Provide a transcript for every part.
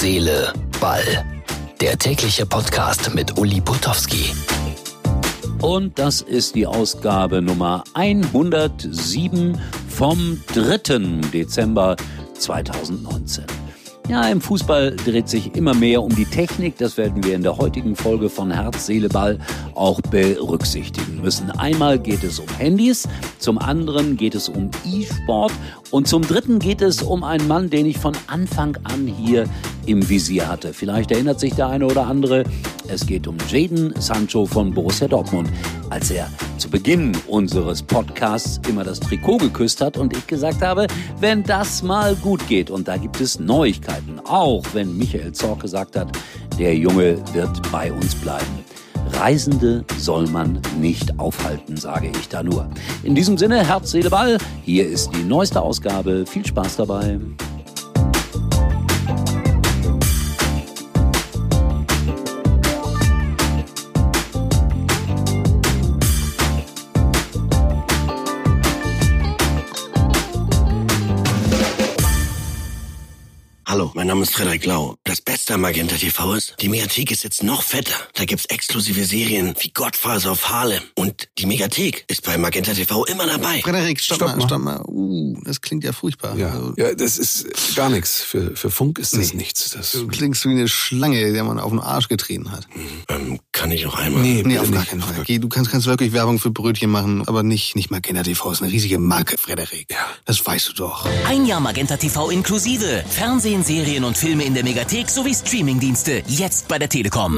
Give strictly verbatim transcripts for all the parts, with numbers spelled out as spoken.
Seele, Ball. Der tägliche Podcast mit Uli Potowski. Und das ist die Ausgabe Nummer hundertsieben vom dritten Dezember zweitausendneunzehn. Ja, im Fußball dreht sich immer mehr um die Technik. Das werden wir in der heutigen Folge von Herz, Seele, Ball auch berücksichtigen müssen. Einmal geht es um Handys, zum anderen geht es um E-Sport und zum dritten geht es um einen Mann, den ich von Anfang an hier im Visier hatte. Vielleicht erinnert sich der eine oder andere. Es geht um Jadon Sancho von Borussia Dortmund. Als er zu Beginn unseres Podcasts immer das Trikot geküsst hat und ich gesagt habe, wenn das mal gut geht. Und da gibt es Neuigkeiten. Auch wenn Michael Zorc gesagt hat, der Junge wird bei uns bleiben. Reisende soll man nicht aufhalten, sage ich da nur. In diesem Sinne, Herz, Seele, Ball. Hier ist die neueste Ausgabe. Viel Spaß dabei. Hallo, mein Name ist Frederik Lau. Das Beste am Magenta T V ist, die Megathek ist jetzt noch fetter. Da gibt's exklusive Serien wie Godfather of Harlem. Und die Megathek ist bei Magenta T V immer dabei. Frederik, stopp, Stopp mal, mal. stopp mal. Uh, das klingt ja furchtbar. Ja, Also, ja, das ist gar nichts. Für, für Funk ist das Nee. nichts. Das, du klingst wie eine Schlange, der man auf den Arsch getreten hat. Ähm, kann ich noch einmal? nee, Nee, bitte auf gar nicht. keinen Fall. Okay, du kannst, kannst wirklich Werbung für Brötchen machen, aber nicht, nicht Magenta T V. Ist eine riesige Marke, Frederik. Ja. Das weißt du doch. Ein Jahr Magenta T V inklusive. Fernsehen, Serien und Filme in der Megathek sowie Streamingdienste. Jetzt bei der Telekom.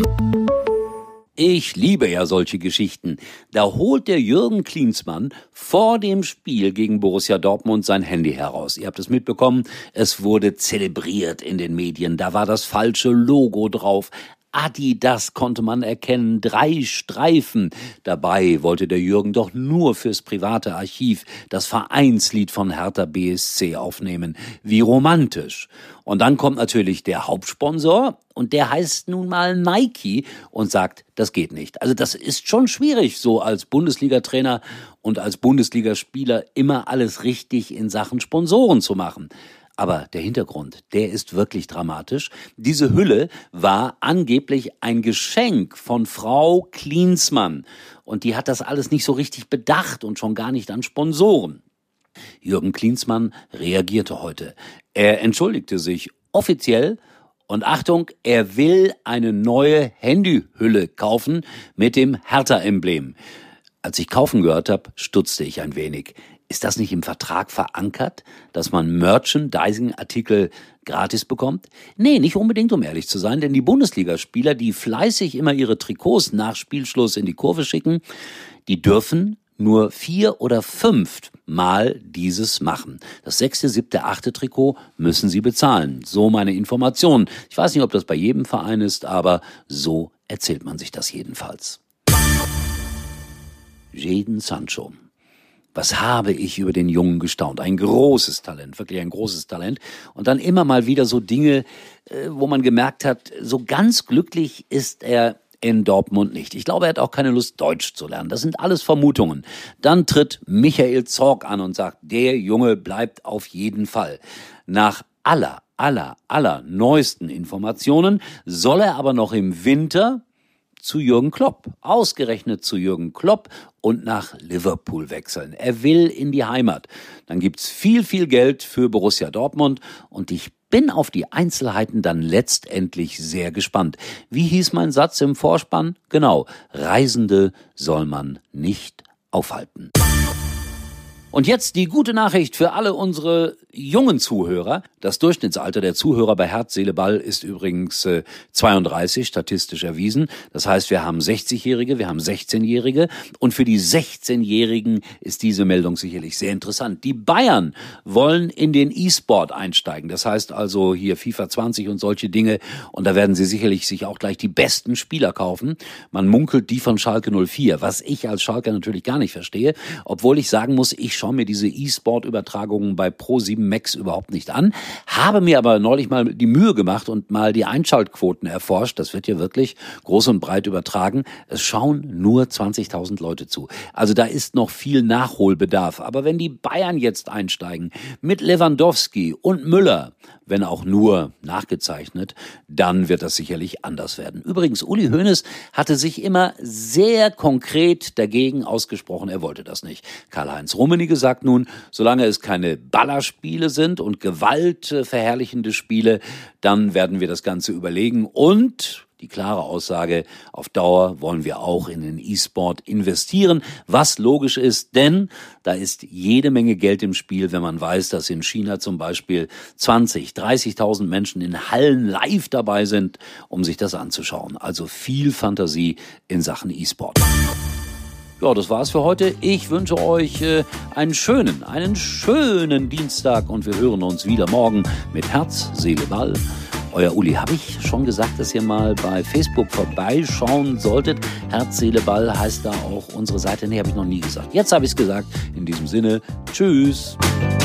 Ich liebe ja solche Geschichten. Da holt der Jürgen Klinsmann vor dem Spiel gegen Borussia Dortmund sein Handy heraus. Ihr habt es mitbekommen, es wurde zelebriert in den Medien. Da war das falsche Logo drauf. Adidas konnte man erkennen, drei Streifen. Dabei wollte der Jürgen doch nur fürs private Archiv das Vereinslied von Hertha B S C aufnehmen. Wie romantisch. Und dann kommt natürlich der Hauptsponsor und der heißt nun mal Nike und sagt, das geht nicht. Also das ist schon schwierig, so als Bundesliga-Trainer und als Bundesligaspieler immer alles richtig in Sachen Sponsoren zu machen. Aber der Hintergrund, der ist wirklich dramatisch. Diese Hülle war angeblich ein Geschenk von Frau Klinsmann. Und die hat das alles nicht so richtig bedacht und schon gar nicht an Sponsoren. Jürgen Klinsmann reagierte heute. Er entschuldigte sich offiziell und Achtung, er will eine neue Handyhülle kaufen mit dem Hertha-Emblem. Als ich kaufen gehört habe, stutzte ich ein wenig. Ist das nicht im Vertrag verankert, dass man Merchandising-Artikel gratis bekommt? Nee, nicht unbedingt, um ehrlich zu sein, denn die Bundesligaspieler, die fleißig immer ihre Trikots nach Spielschluss in die Kurve schicken, die dürfen nur vier oder fünf Mal dieses machen. Das sechste, siebte, achte Trikot müssen sie bezahlen. So meine Informationen. Ich weiß nicht, ob das bei jedem Verein ist, aber so erzählt man sich das jedenfalls. Jadon Sancho. Was habe ich über den Jungen gestaunt? Ein großes Talent, wirklich ein großes Talent. Und dann immer mal wieder so Dinge, wo man gemerkt hat, so ganz glücklich ist er in Dortmund nicht. Ich glaube, er hat auch keine Lust, Deutsch zu lernen. Das sind alles Vermutungen. Dann tritt Michael Zorc an und sagt, der Junge bleibt auf jeden Fall. Nach aller, aller, aller neuesten Informationen soll er aber noch im Winter zu Jürgen Klopp, ausgerechnet zu Jürgen Klopp und nach Liverpool wechseln. Er will in die Heimat. Dann gibt's viel, viel Geld für Borussia Dortmund und ich bin auf die Einzelheiten dann letztendlich sehr gespannt. Wie hieß mein Satz im Vorspann? Genau, Reisende soll man nicht aufhalten. Und jetzt die gute Nachricht für alle unsere jungen Zuhörer. Das Durchschnittsalter der Zuhörer bei Herz, Seele, Ball ist übrigens äh, zweiunddreißig, statistisch erwiesen. Das heißt, wir haben sechzigjährige, wir haben sechzehnjährige. Und für die sechzehnjährigen ist diese Meldung sicherlich sehr interessant. Die Bayern wollen in den E-Sport einsteigen. Das heißt also hier FIFA zwanzig und solche Dinge. Und da werden sie sicherlich sich auch gleich die besten Spieler kaufen. Man munkelt die von Schalke null vier, was ich als Schalker natürlich gar nicht verstehe. Obwohl ich sagen muss, ich schaue mir diese E-Sport-Übertragungen bei Pro sieben Max überhaupt nicht an, habe mir aber neulich mal die Mühe gemacht und mal die Einschaltquoten erforscht. Das wird hier wirklich groß und breit übertragen. Es schauen nur zwanzigtausend Leute zu. Also da ist noch viel Nachholbedarf. Aber wenn die Bayern jetzt einsteigen mit Lewandowski und Müller wenn auch nur nachgezeichnet, dann wird das sicherlich anders werden. Übrigens, Uli Hoeneß hatte sich immer sehr konkret dagegen ausgesprochen, er wollte das nicht. Karl-Heinz Rummenigge sagt nun, solange es keine Ballerspiele sind und gewaltverherrlichende Spiele, dann werden wir das Ganze überlegen und die klare Aussage, auf Dauer wollen wir auch in den E-Sport investieren, was logisch ist, denn da ist jede Menge Geld im Spiel, wenn man weiß, dass in China zum Beispiel zwanzig, dreißigtausend Menschen in Hallen live dabei sind, um sich das anzuschauen. Also viel Fantasie in Sachen E-Sport. Ja, das war's für heute. Ich wünsche euch äh, einen schönen, einen schönen Dienstag und wir hören uns wieder morgen mit Herz, Seele, Ball. Euer Uli, habe ich schon gesagt, dass ihr mal bei Facebook vorbeischauen solltet? Herz, Seele, Ball heißt da auch unsere Seite. Nee, habe ich noch nie gesagt. Jetzt habe ich es gesagt. In diesem Sinne, tschüss.